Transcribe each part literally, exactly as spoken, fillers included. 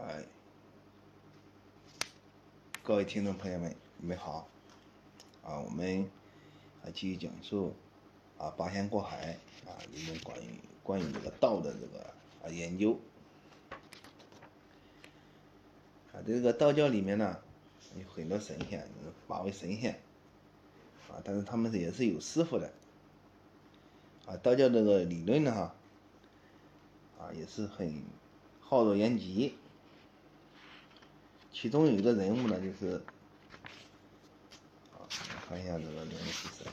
哎，各位听众朋友们，你们好啊！我们啊继续讲述啊八仙过海啊里面关于关于这个道的这个啊研究啊。这个道教里面呢有很多神仙，八位神仙啊，但是他们也是有师傅的啊。道教这个理论呢哈啊也是很浩若烟集，其中有一个人物呢就是啊，看一下这个人物是谁。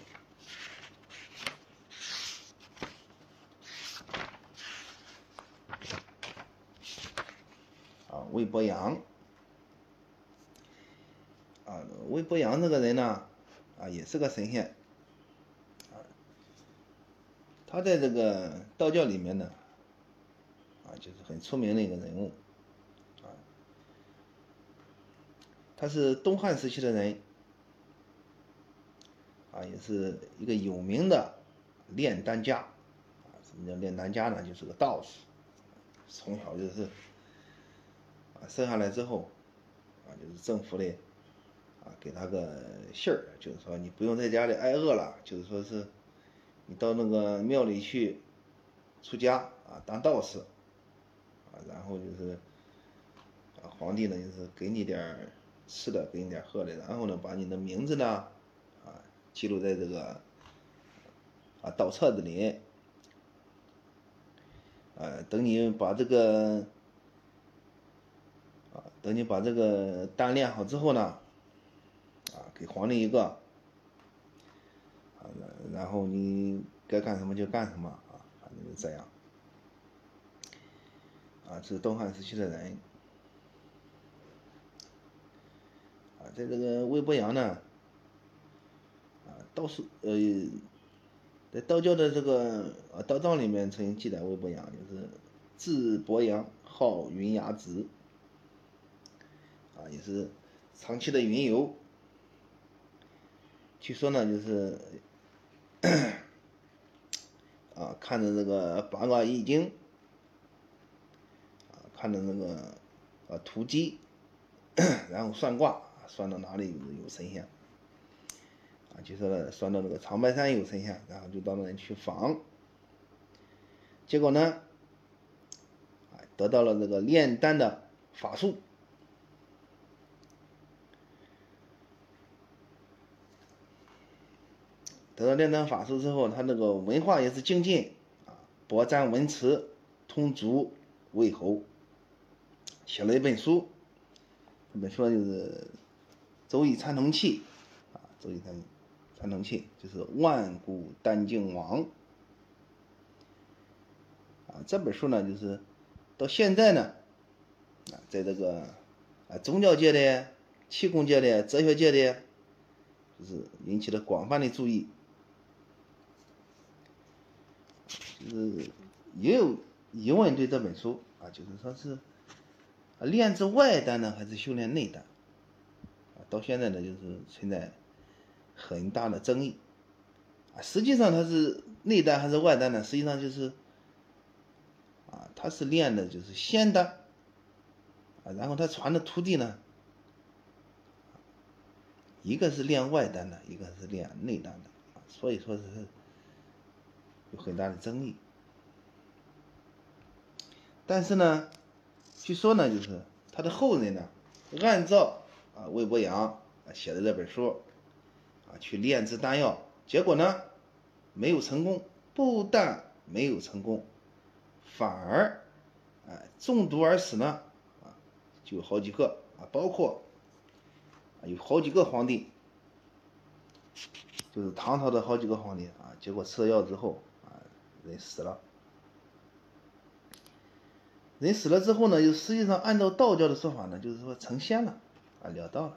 啊，魏伯阳，啊，魏伯阳这个人呢，啊，也是个神仙，啊，他在这个道教里面呢，啊，就是很出名的一个人物，啊，他是东汉时期的人，啊，也是一个有名的炼丹家，啊，什么叫炼丹家呢？就是个道士，从小就是，啊，生下来之后，啊，就是政府的。啊，给他个信儿，就是说你不用在家里挨饿了，就是说是，你到那个庙里去出家啊，当道士啊，然后就是，啊，皇帝呢就是给你点吃的，给你点喝的，然后呢把你的名字呢，啊，记录在这个啊道册子里，啊，等你把这个，啊，等你把这个丹练好之后呢。啊，给皇帝一个，啊，然后你该干什么就干什么啊，反正就这样。啊，这是东汉时期的人。啊，在这个魏伯阳呢，啊，道士呃，在道教的这个啊道藏里面曾经记载魏伯阳就是字伯阳，号云崖子，啊，也是长期的云游。据说呢，就是啊，看着这个八卦易经，啊，看着那个啊图籍，然后算卦，算到哪里有有神仙，啊，就说算到那个长白山有神仙，然后就到那里去访，结果呢，啊，得到了这个炼丹的法术。得到炼丹法术之后，他那个文化也是精进啊，博占文辞，通俗魏侯，写了一本书，这本书就是《周易参同契》啊，《周易参参同契》就是万古丹经王啊。这本书呢，就是到现在呢，啊，在这个啊宗教界的、气功界的、哲学界的，就是引起了广泛的注意。就是也有疑问对这本书啊，就是说是炼制外丹呢，还是修炼内丹啊？到现在呢，就是存在很大的争议啊。实际上它是内丹还是外丹呢？实际上就是啊，他是炼的就是仙丹啊，然后他传的徒弟呢，一个是炼外丹的，一个是炼内丹的啊，所以说是有很大的争议。但是呢，据说呢，就是他的后人呢，按照啊魏伯阳啊写的这本书啊去炼制丹药，结果呢没有成功，不但没有成功，反而哎中毒而死呢啊就有好几个啊，包括啊有好几个皇帝，就是唐朝的好几个皇帝啊，结果吃了药之后啊人死了。人死了之后呢，就实际上按照道教的说法呢，就是说成仙了，啊，了道了。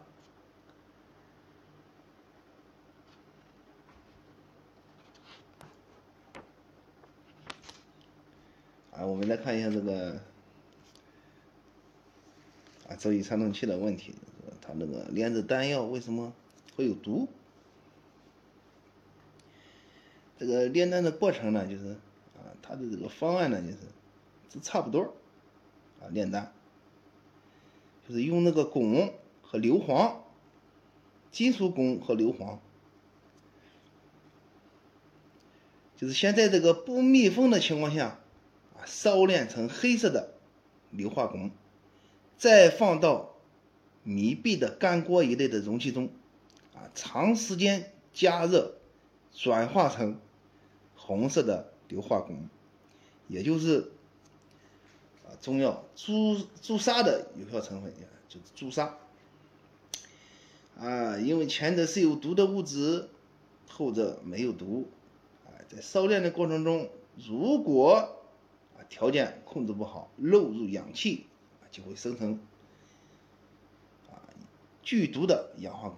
啊，我们来看一下这个啊周易参同契的问题，它那个炼制丹药为什么会有毒？这个炼丹的过程呢，就是啊，它的这个方案呢，就是是差不多啊，炼丹。 就是用那个汞和硫磺，金属汞和硫磺，就是先在这个不密封的情况下啊烧炼成黑色的硫化汞，再放到密闭的干锅一类的容器中啊长时间加热，转化成红色的硫化汞，也就是啊中药朱朱砂的有效成分，就是朱砂啊。因为前者是有毒的物质，后者没有毒啊。在烧炼的过程中，如果啊条件控制不好，漏入氧气啊，就会生成啊剧毒的氧化汞，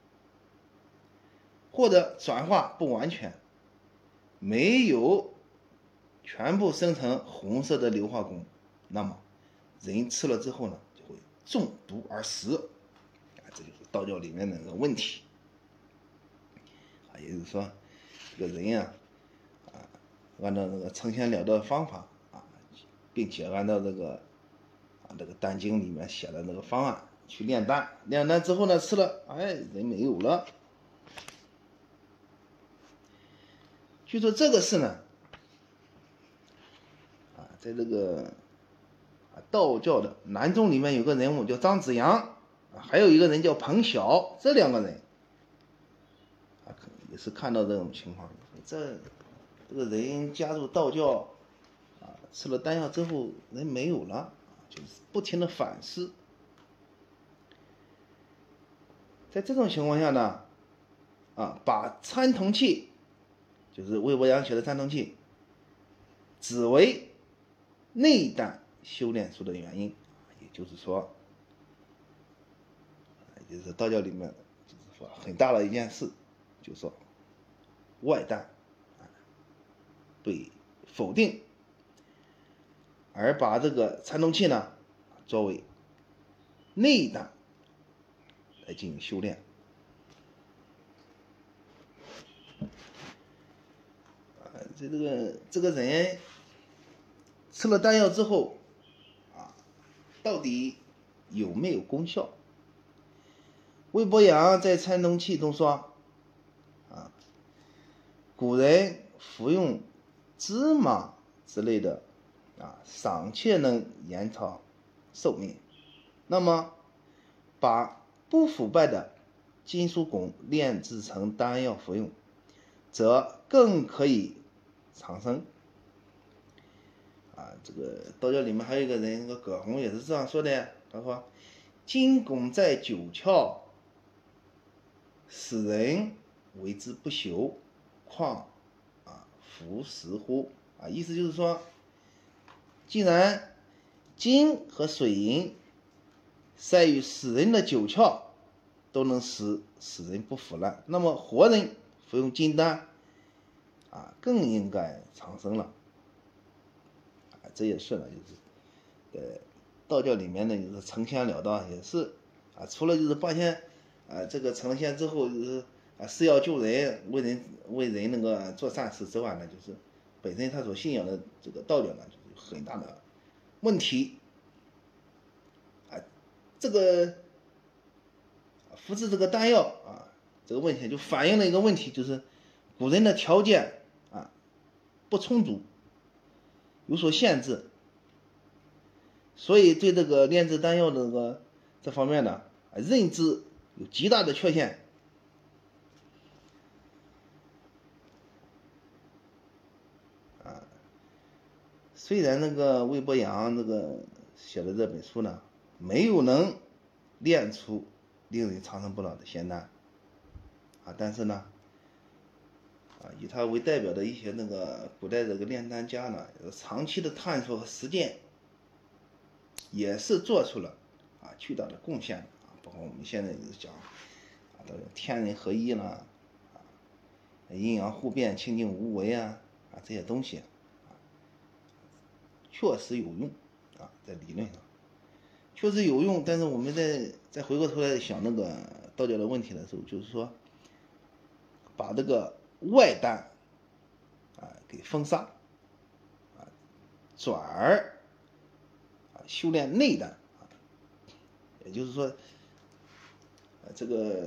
或者转化不完全，没有全部生成红色的硫化汞，那么人吃了之后呢，就会中毒而死啊，这就是道教里面的那个问题啊。也就是说，这个人呀、啊，按照那个成仙了道的方法啊，并且按照这个啊这个丹经里面写的那个方案去炼丹，炼丹之后呢，吃了，哎，人没有了。据说这个事呢，啊，在这个啊道教的南宗里面有个人物叫张子阳，还有一个人叫彭晓，这两个人啊，也是看到这种情况，这这个人加入道教啊，吃了丹药之后人没有了，就是不停的反思。在这种情况下呢，啊，把参同契，就是魏伯阳写的参同契，指为内丹修炼术的原因，也就是说，也就是道教里面就是说很大的一件事，就是说外丹被否定，而把这个参同契呢作为内丹来进行修炼。这这个这个人吃了丹药之后啊，到底有没有功效？魏伯阳在参同契中说啊，古人服用芝麻之类的啊，尚且能延长寿命，那么把不腐败的金属汞炼制成丹药服用，则更可以长生啊。这个道教里面还有一个人，那个葛洪也是这样说的，他说金汞在九窍，使人为之不朽，况啊服食乎啊。意思就是说，既然金和水银在于死人的九窍都能使使人不腐烂，那么活人服用金丹啊，更应该长生了啊。这也是呢，就是呃，道教里面呢，就是成仙了道，也是啊，除了就是发现啊，这个成仙之后就是啊，是要救人，为人为人那个做善事之外呢，就是本身他所信仰的这个道教呢，就是有很大的问题啊。这个服制这个丹药啊，这个问题就反映了一个问题，就是古人的条件啊不充足，有所限制，所以对这个炼制丹药的这个这方面呢，认知有极大的缺陷啊。虽然那个魏伯阳这个写的这本书呢，没有能炼出令人长生不老的仙丹啊，但是呢，啊，以他为代表的一些那个古代这个炼丹家呢，长期的探索和实践，也是做出了啊巨大的贡献啊。包括我们现在就是讲啊，这个天人合一啦，啊，阴阳互变、清净无为啊，啊这些东西啊，确实有用啊，在理论上确实有用。但是我们再再回过头来想那个道教的问题的时候，就是说把这个外丹啊给封杀啊，转而啊修炼内丹啊， 也就是说，呃，这个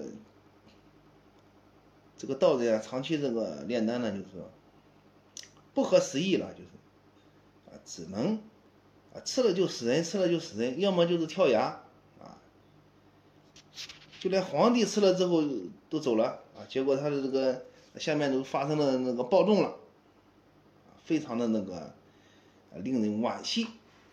这个道子呀，长期这个炼丹呢，就是说不合时宜了，就是啊，只能啊吃了就死人，吃了就死人，要么就是跳崖啊，就连皇帝吃了之后都走了啊，结果他的这个下面都发生了那个暴动了，非常的那个令人惋惜。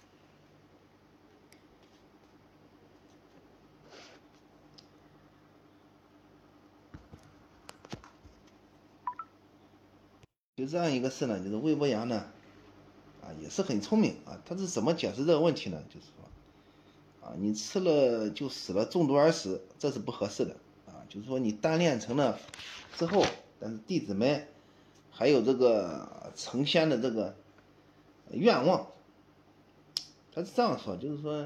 就这样一个事呢，就是魏伯阳呢，啊也是很聪明啊，他是怎么解释这个问题呢？就是说，啊你吃了就死了，中毒而死，这是不合适的啊。就是说你单炼成了之后，但是弟子们还有这个成仙的这个愿望，他是这样说，就是说，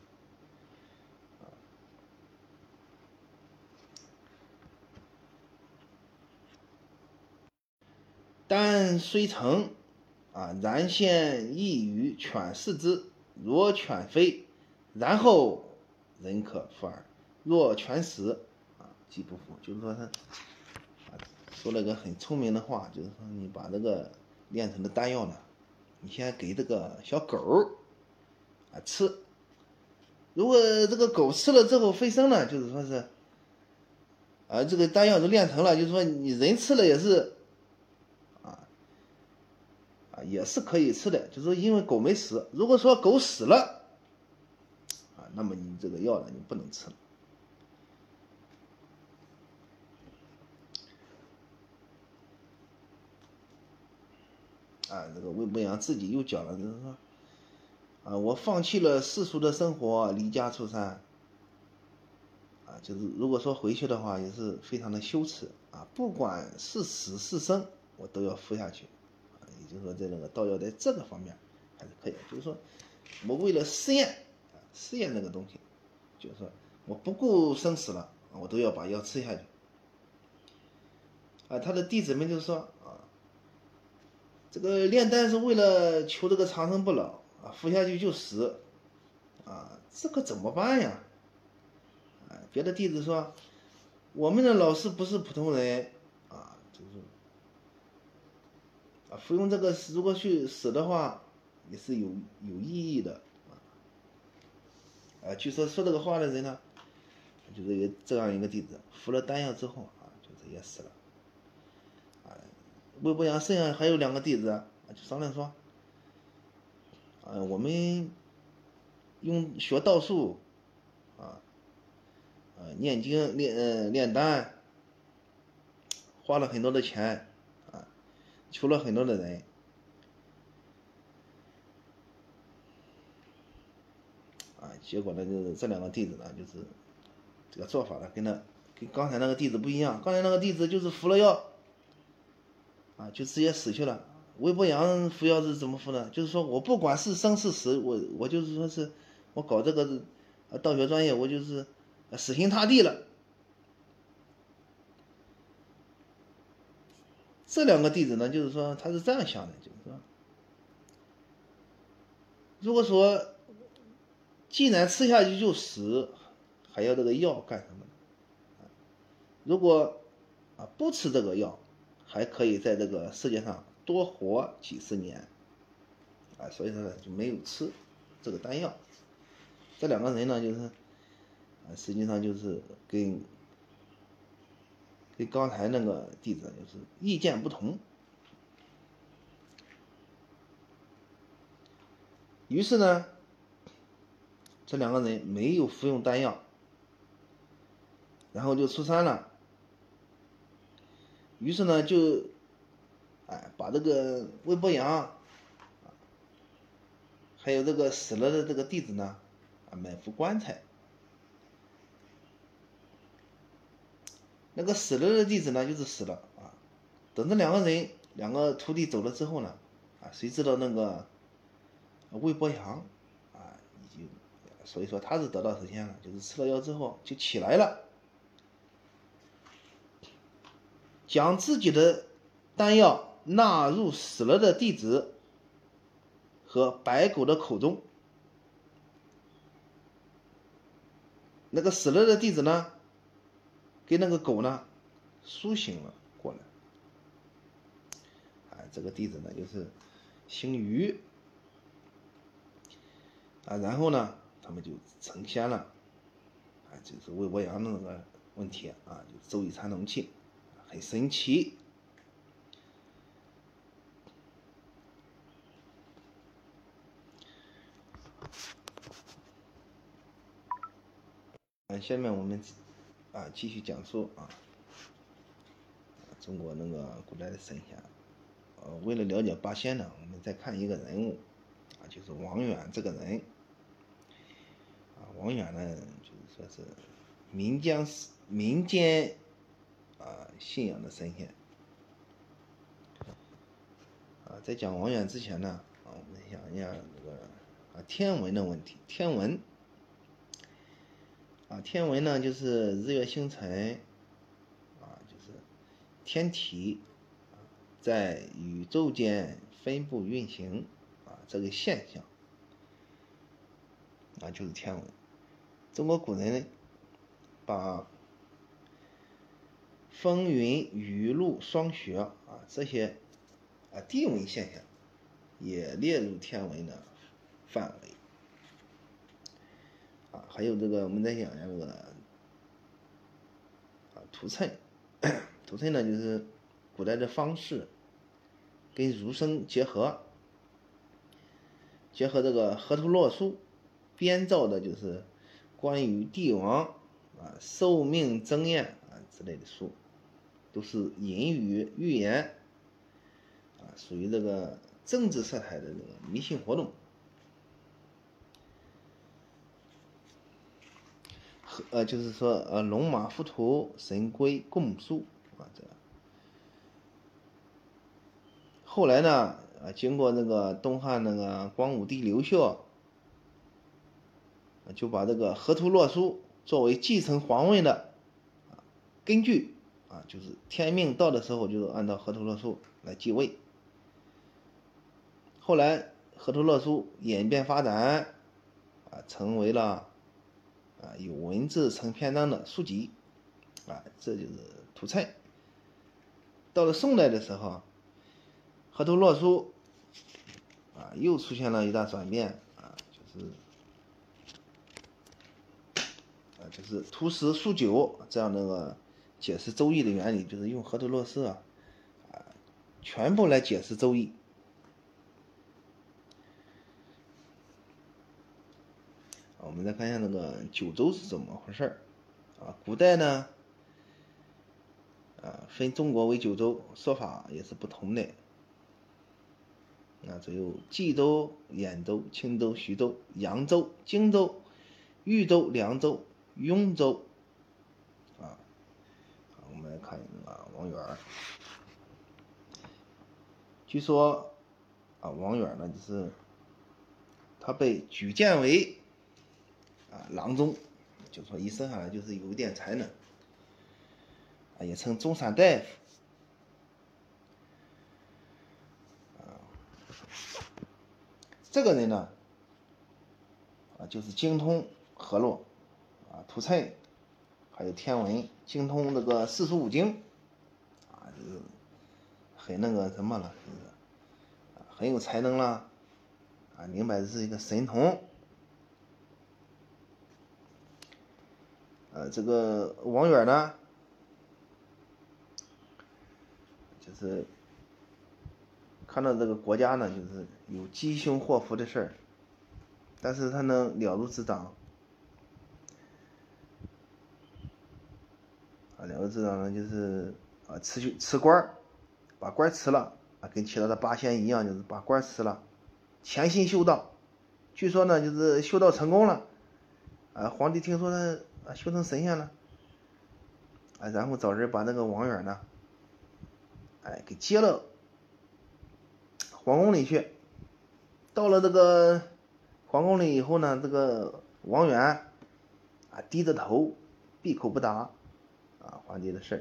丹虽成，啊，然先益于犬饲之，若犬非，然后人可服耳；若犬死，啊，即不服。就是说他，啊，说了个很聪明的话，就是说你把这个炼成的丹药呢，你先给这个小狗啊吃，如果这个狗吃了之后飞升呢，就是说是，啊，这个丹药都炼成了，就是说你人吃了也是。啊，也是可以吃的，就是说因为狗没死。如果说狗死了，啊，那么你这个药呢，你不能吃了。啊，这个魏伯阳自己又讲了，就是说，啊，我放弃了世俗的生活，离家出山，啊，就是如果说回去的话，也是非常的羞耻啊，不管是死是生，我都要服下去。啊，也就是说，在那个道教在这个方面还是可以的，就是说我为了试验，啊，试验这个东西，就是说我不顾生死了，我都要把药吃下去。啊，他的弟子们就说啊，这个炼丹是为了求这个长生不老啊，服下去就死啊，这可怎么办呀？啊，别的弟子说，我们的老师不是普通人啊，就是啊，服用这个如果去死的话，也是有有意义的啊。据说说这个话的人呢，就是有这样一个弟子，服了丹药之后啊，就是也死了。魏伯阳剩下还有两个弟子啊，就商量说，啊，我们用学道术，啊，呃，念经炼呃炼丹，花了很多的钱，啊，求了很多的人，啊，结果呢，就是这两个弟子呢，就是这个做法呢，跟他跟刚才那个弟子不一样。刚才那个弟子就是服了药，啊，就直接死去了。魏伯阳服药是怎么服呢？就是说我不管是生是死，我我就是说是我搞这个呃道学专业，我就是死心塌地了。这两个弟子呢，就是说他是这样想的，就是说，如果说既然吃下去就死，还要这个药干什么呢？如果啊不吃这个药，还可以在这个世界上多活几十年，啊，所以说呢就没有吃这个丹药。这两个人呢，就是啊，实际上就是跟跟刚才那个弟子就是意见不同。于是呢，这两个人没有服用丹药，然后就出山了。于是呢，就哎把这个魏伯阳，还有这个死了的这个弟子呢，啊埋伏棺材。那个死了的弟子呢，就是死了啊。等这两个人两个徒弟走了之后呢，啊，谁知道那个魏伯阳啊，已经，所以说他是得道成仙了，就是吃了药之后就起来了，将自己的丹药纳入死了的弟子和白狗的口中， 那个死了的弟子呢，给那个狗呢苏醒了过来。啊，这个弟子呢就是姓于。啊，然后呢，他们就成仙了。啊，就是魏伯阳的那个问题啊，就是周易参同器，很神奇。嗯，下面我们啊继续讲述啊中国那个古代的神仙。呃，为了了解八仙呢，我们再看一个人物啊，就是王远这个人。啊，王远呢，就是说是民间民间啊信仰的神仙。啊，在讲王远之前呢，啊，我们想一下这个啊天文的问题。天文啊，天文呢就是日月星辰啊，就是天体在宇宙间分布运行啊这个现象啊，就是天文。中国古人呢，把风云雨露霜雪啊这些啊地文现象也列入天文的范围。啊，还有这个我们再讲一下这个啊图谶。图谶呢就是古代的方式跟儒生结合，结合这个河图洛书编造的就是关于帝王啊寿命增验啊之类的书，都是隐语预言啊，属于这个政治色彩的这个迷信活动。呃，就是说呃龙马附图神龟共书啊，这后来呢，啊，经过那个东汉那个光武帝刘秀，就把这个河图洛书作为继承皇位的根据啊，就是天命到的时候就按照河图洛书来继位。后来河图洛书演变发展啊，成为了啊有文字成篇章的书籍啊，这就是图谶。到了宋代的时候，河图洛书啊又出现了一大转变啊，就是啊就是图十数九这样的个解释周易的原理，就是用河图洛书啊啊全部来解释周易。我们再看一下那个九州是怎么回事儿啊？古代呢，啊分中国为九州，说法也是不同的。啊，只有冀州、兖州、青州、徐州、扬州、荆州、豫州、凉州、雍州。啊，我们来看一个啊，王远。据说啊，王远呢，就是他被举荐为啊郎中，就说一生下来就是有一点才能，啊，也称中山大夫。这个人呢，啊，就是精通河洛，啊，图谶，还有天文，精通这个四书五经，啊，就是很那个什么了，就是、啊、很有才能了，啊，明白这是一个神童。呃，这个王远呢，就是看到这个国家呢，就是有吉凶祸福的事儿，但是他能了如指掌。啊，了如指掌呢，就是啊，吃去吃官，把官吃了啊，跟其他的八仙一样，就是把官吃了，潜心修道。据说呢，就是修道成功了，啊，皇帝听说他啊修成神仙了，啊，然后找人把那个王远呢，哎，给接了皇宫里去。到了这个皇宫里以后呢，这个王远啊低着头，闭口不答啊皇帝的事儿。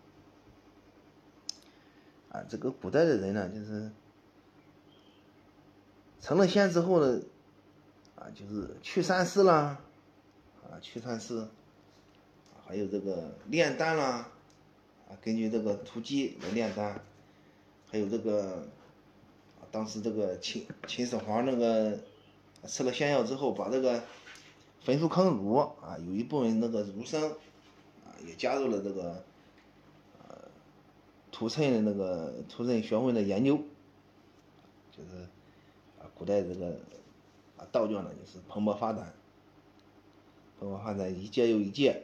啊，这个古代的人呢，就是成了仙之后呢，啊，就是去三思啦，啊，去三思，还有这个炼丹啦，啊，根据这个图籍来炼丹，还有这个，啊，当时这个秦秦始皇那个吃了仙药之后，把这个焚书坑儒啊，有一部分那个儒生啊，也加入了这个呃屠谶的那个屠谶学问的研究，就是啊，古代这个啊道教呢，就是蓬勃发展，蓬勃发展一届又一届。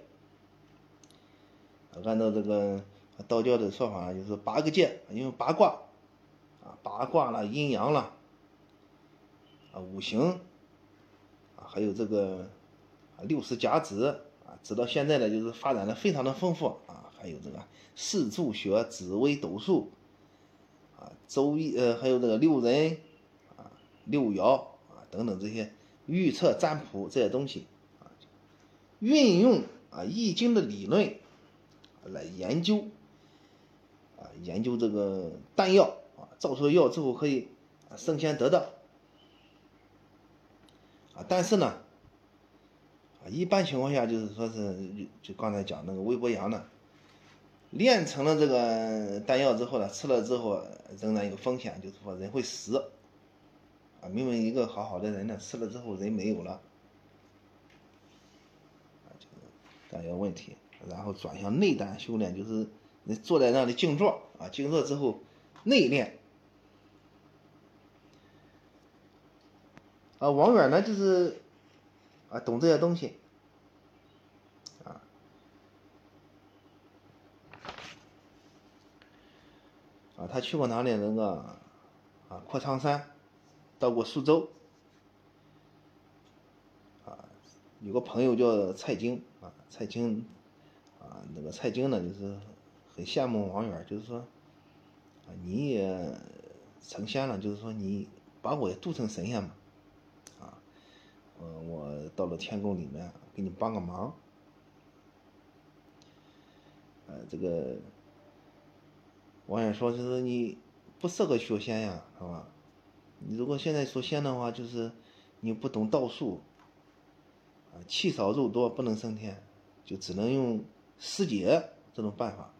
按照这个道教的说法，就是八个界，因为八卦啊，八卦啦、阴阳啦，啊，五行啊，还有这个啊六十甲子啊，直到现在呢，就是发展的非常的丰富啊，还有这个四柱学、紫微斗数啊、周易呃，还有这个六壬啊、六爻啊等等这些预测占卜这些东西啊，运用啊易经的理论来研究啊，研究这个丹药啊，造出药之后可以啊升仙得道啊，但是呢，啊，一般情况下就是说是就刚才讲那个微伯阳呢，炼成了这个丹药之后呢，吃了之后仍然有风险，就是说人会死啊，明明一个好好的人呢，吃了之后人没有了啊，这个这样一个问题。然后转向内丹修炼，就是你坐在那里静坐啊，静坐之后内练啊。王远呢，就是啊懂这些东西啊啊，他去过哪里？那个啊阔苍山，到过苏州啊，有个朋友叫蔡京啊，蔡京啊，那个蔡京呢，就是很羡慕王远，就是说啊，你也成仙了，就是说你把我也度成神仙嘛，啊，嗯，我到了天宫里面给你帮个忙，呃，这个王远说，就是你不适合修仙呀，是吧？你如果现在修仙的话，就是你不懂道术，啊，气少肉多不能升天，就只能用师姐这种办法。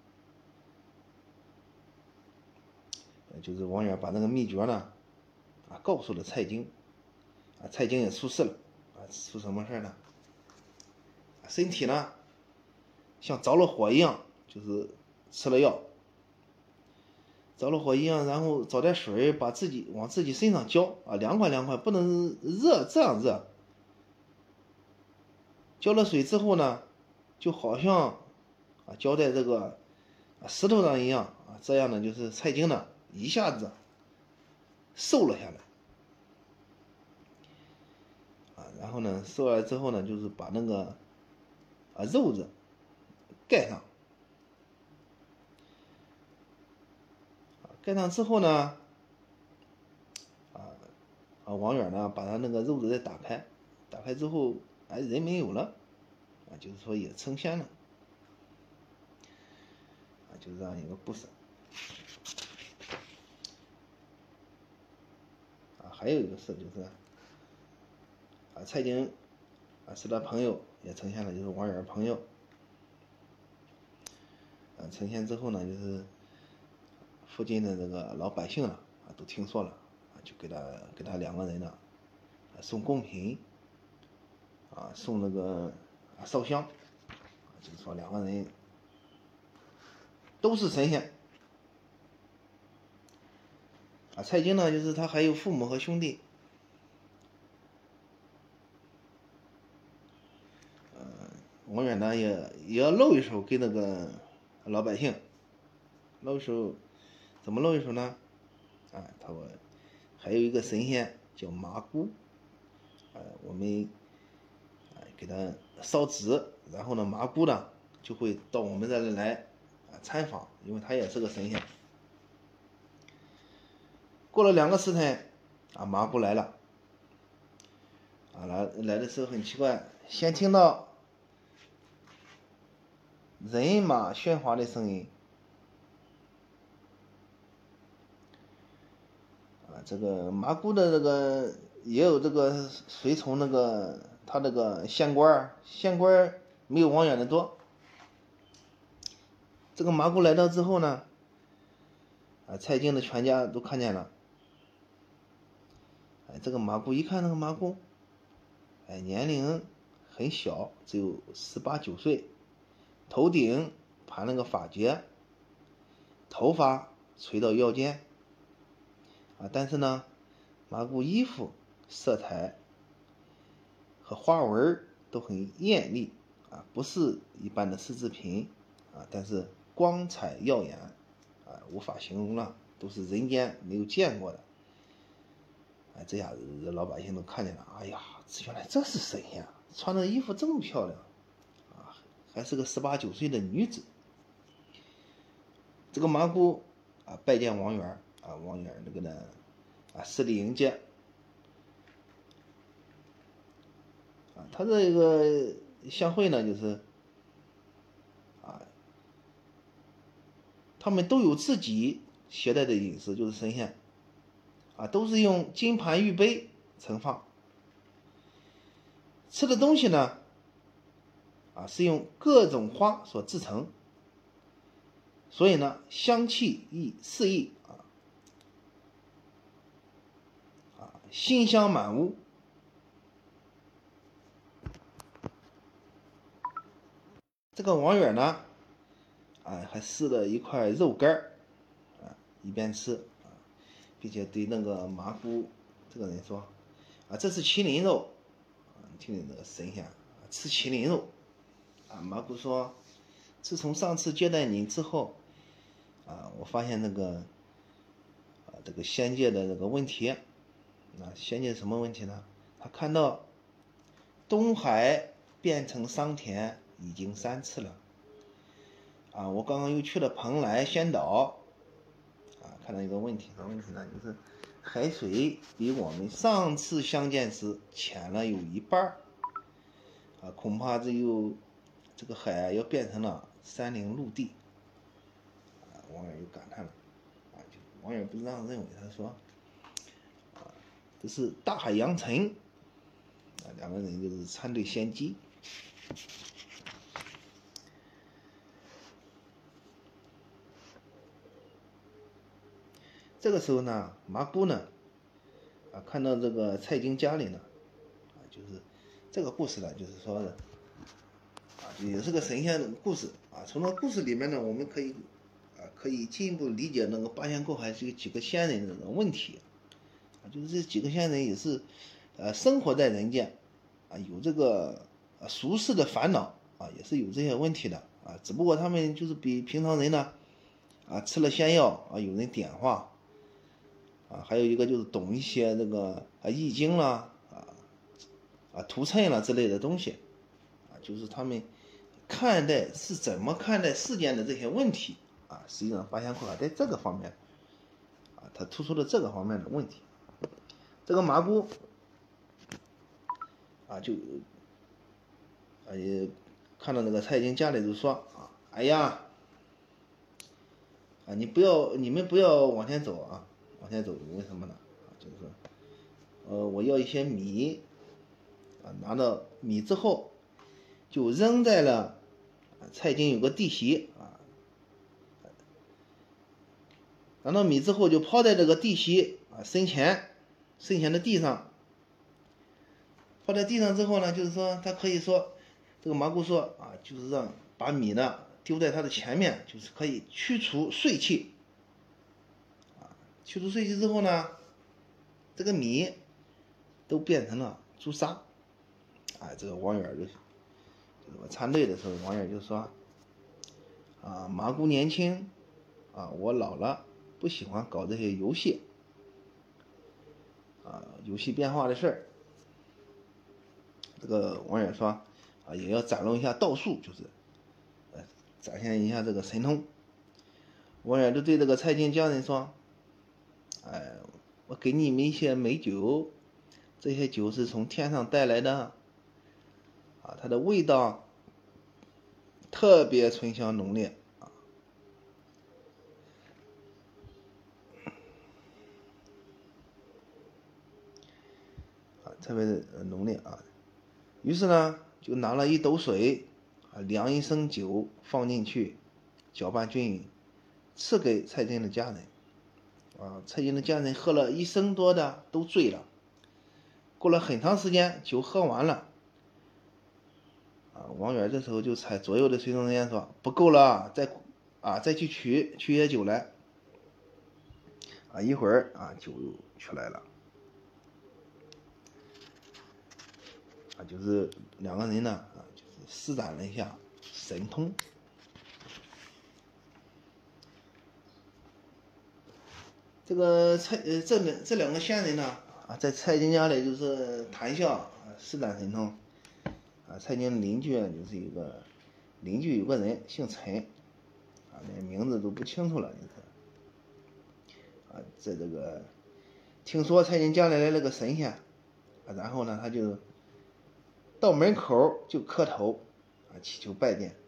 就是王远把那个秘诀呢，啊，告诉了蔡京，啊，蔡京也出事了，啊，出什么事呢？身体呢，像着了火一样，就是吃了药，着了火一样，然后找点水把自己往自己身上浇啊，凉快凉快，不能热这样热。浇了水之后呢，就好像啊浇在这个石头上一样啊，这样呢就是蔡京呢一下子瘦了下来啊，然后呢瘦了之后呢，就是把那个啊肉子盖上，啊盖上之后呢，啊啊王远呢把他那个肉子再打开，打开之后哎人没有了，啊就是说也成仙了，啊就是这样一个故事。啊还有一个事就是啊蔡京啊是他朋友也成仙了，就是王远朋友。啊，成仙之后呢，就是附近的这个老百姓了啊，都听说了啊，就给他给他两个人呢，啊、送贡品，啊，送那个啊烧香，啊，就是说两个人都是神仙。啊，蔡京呢，就是他还有父母和兄弟，呃，王远呢也也要露一手给那个老百姓，露一手，怎么露一手呢？啊，他说还有一个神仙叫麻姑，啊，我们啊给他烧纸，然后呢麻姑呢就会到我们这里来啊参访，因为他也是个神仙。过了两个时辰，啊麻姑来了，啊来来的时候很奇怪，先听到人马喧哗的声音，啊啊，这个麻姑的这个也有这个随从那个他那个县官，县官没有王远的多。这个麻姑来到之后呢，啊，蔡京的全家都看见了。哎，这个麻姑一看那个麻姑，哎，年龄很小，只有十八九岁，头顶盘了个发结，头发垂到腰间。啊，但是呢，麻姑衣服色彩和花纹都很艳丽啊，不是一般的丝织品啊，但是光彩耀眼啊，无法形容了，都是人间没有见过的。哎，这下子老百姓都看见了，哎呀，原来这是神仙，穿的衣服这么漂亮啊，还是个十八九岁的女子。这个麻姑啊拜见王远啊，王远这个呢啊施礼迎接啊，他这个相会呢，就是啊，他们都有自己携带的饮食，就是神仙啊，都是用金盘玉杯盛放，吃的东西呢啊是用各种花所制成，所以呢香气亦四溢啊啊馨香满屋。这个王远呢啊还试了一块肉干啊，一边吃啊，并且对那个麻姑这个人说啊，这是麒麟肉啊，你听听这个神仙啊，吃麒麟肉啊。麻姑说，自从上次接待你之后啊，我发现那个啊这个仙界的这个问题啊，仙界什么问题呢？他看到东海变成桑田已经三次了啊，我刚刚又去了蓬莱仙岛啊，看到一个问题，什么问题呢？就是海水比我们上次相见时浅了有一半啊，恐怕这又这个海要变成了山林陆地啊。网友又感叹了啊，就网友不是这样认为，他说啊，这是大海扬尘啊，两个人就是参对仙机。这个时候呢，麻姑呢，啊，看到这个蔡京家里呢，啊，就是这个故事呢，就是说的，啊，也是个神仙的故事啊。从这个故事里面呢，我们可以，啊，可以进一步理解那个八仙过海是有几个仙人的这种问题，啊，就是这几个仙人也是，呃，生活在人间，啊，有这个呃俗世的烦恼啊，也是有这些问题的啊，只不过他们就是比平常人呢，啊，吃了仙药啊，有人点化。啊，还有一个就是懂一些那个啊易经啦，啊啊图谶啦之类的东西，啊，就是他们看待是怎么看待世间的这些问题啊，实际上八仙过海在这个方面啊，他突出了这个方面的问题。这个麻姑啊，就啊也看到那个蔡京家里就说啊，哎呀，啊你不要你们不要往前走啊。往前走，为什么呢？就是说，呃，我要一些米，啊，拿到米之后，就扔在了蔡京有个弟媳啊，拿到米之后就抛在这个弟媳啊身前，身前的地上，抛在地上之后呢，就是说他可以说，这个麻姑说啊，就是让把米呢丢在他的前面，就是可以驱除晦气。去除碎气之后呢，这个米都变成了朱砂。哎，这个王远就，就是我参队的时候，王远就说：“啊，麻姑年轻，啊，我老了，不喜欢搞这些游戏，啊，游戏变化的事儿。”这个王远说：“啊，也要展露一下道术，就是，呃，展现一下这个神通。”王远就对这个蔡京家人说。哎，我给你们一些美酒，这些酒是从天上带来的，啊，它的味道特别醇香浓烈啊。 啊，特别是浓烈啊。于是呢，就拿了一斗水啊，量一升酒放进去，搅拌均匀，赐给蔡京的家人。啊，蔡京的家人喝了一升多的都醉了。过了很长时间，酒喝完了。啊，王远这时候就踩左右的随从人员说：“不够了，再啊再去取取些酒来。”啊，一会儿啊酒又出来了。啊，就是两个人呢啊，就是施展了一下神通。这个蔡呃这两这两个仙人呢啊，在蔡京家里就是谈笑啊，施展神通。啊，蔡京邻居呢就是一个邻居有个人姓陈，啊，连名字都不清楚了，就是啊，在这个听说蔡京家里来了个神仙，啊，然后呢他就到门口就磕头啊，祈求拜见。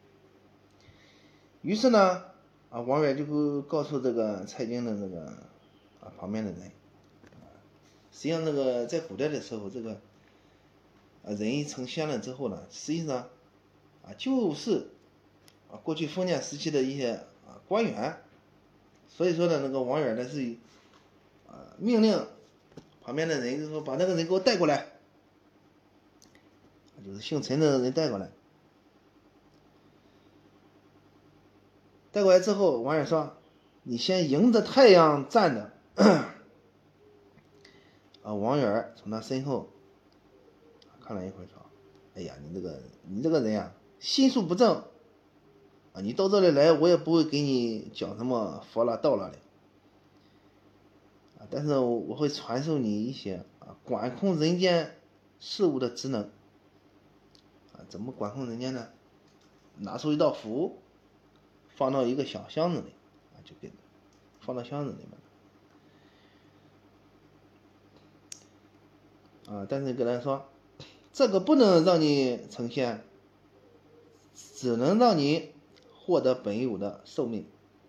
于是呢啊，王远就告诉这个蔡京的那个啊旁边的人，实际上这个在古代的时候，这个啊人一成仙了之后呢，实际上啊就是啊过去封建时期的一些啊官员。所以说呢，那个王远呢是啊命令旁边的人，就是说把那个人给我带过来，就是姓陈的人带过来。带过来之后，王远说：“你先迎着太阳站着。”啊，王远从他身后看了一会儿，说：“哎呀，你这个你这个人呀，心术不正啊！你到这里来，我也不会给你讲什么佛了道了的啊，但是我会传授你一些啊管控人间事物的职能啊。怎么管控人间呢？拿出一道符，放到一个小箱子里啊，就给放到箱子里面。啊，但是跟他说，这个不能让你成仙，只能让你获得本有的寿命，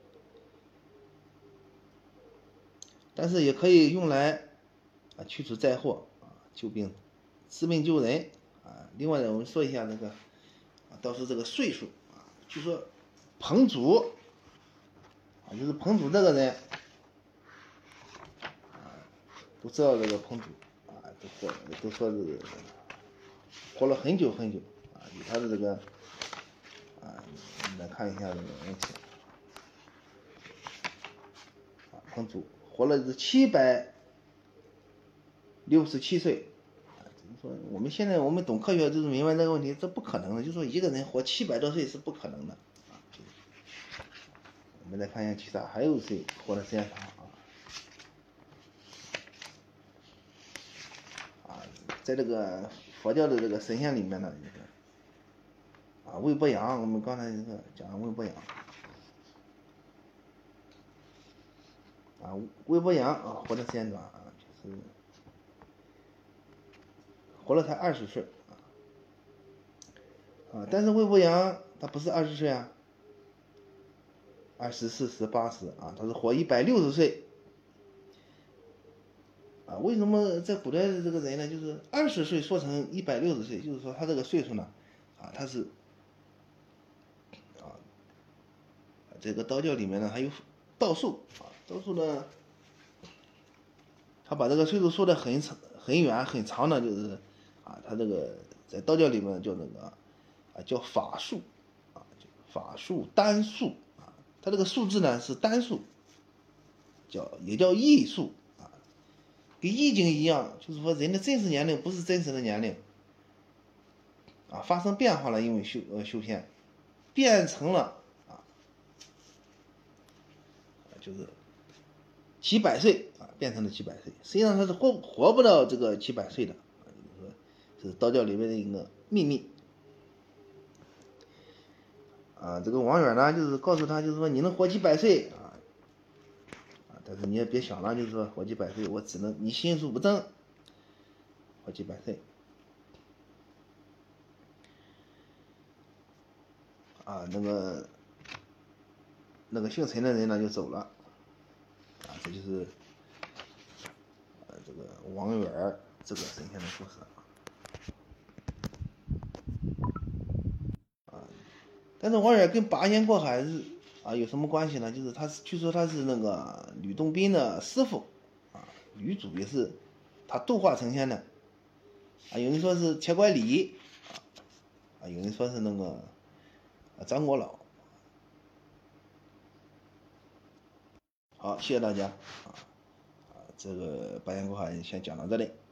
但是也可以用来啊去除灾祸啊，救病、治病救人啊。另外呢，我们说一下那个啊，倒是这个岁数啊，据说彭祖啊，就是彭祖这个人啊，都知道这个彭祖啊，都说都说是活了很久很久啊，以他的这个啊，你来看一下这个问题啊，彭祖活了是七百六十七岁啊。怎么说？我们现在我们懂科学就是明白这个问题，这不可能的，就是说一个人活七百多岁是不可能的啊。我们再看一下其他还有谁活的时间长啊？啊，在这个佛教的这个神仙里面呢，就是啊魏伯阳，我们刚才这个讲的魏伯阳。啊，魏伯阳啊，活的时间短啊，就是活了才二十岁啊，啊，但是魏伯阳他不是二十岁啊，二十、四十、八十啊，他是活一百六十岁啊。为什么在古代的这个人呢，就是二十岁说成一百六十岁，就是说他这个岁数呢，啊，他是啊，这个道教里面呢还有道术啊，道术呢。他把这个岁数说的很长、很远、很长的，就是啊，他这个在道教里面叫那个啊，叫法术啊，法术单数啊，他这个数字呢是单数，叫也叫异数啊，跟易经一样，就是说人的真实年龄不是真实的年龄啊，发生变化了，因为修呃修仙变成了啊，就是几百岁啊，变成了几百岁，实际上他是活活不到这个几百岁的啊，就是说这是道教里面的一个秘密啊。这个王远呢，就是告诉他，就是说你能活几百岁啊，啊，但是你也别想了，就是说活几百岁，我只能你心术不正，活几百岁啊。那个那个姓陈的人呢就走了啊，这就是呃这个王远这个神仙的故事啊。但是王远跟八仙过海是啊有什么关系呢？就是他是据说他是那个吕洞宾的师傅啊，吕祖也是他度化成仙的啊。有人说是铁拐李啊，有人说是那个张果老。好，谢谢大家啊，这个八仙过海先讲到这里。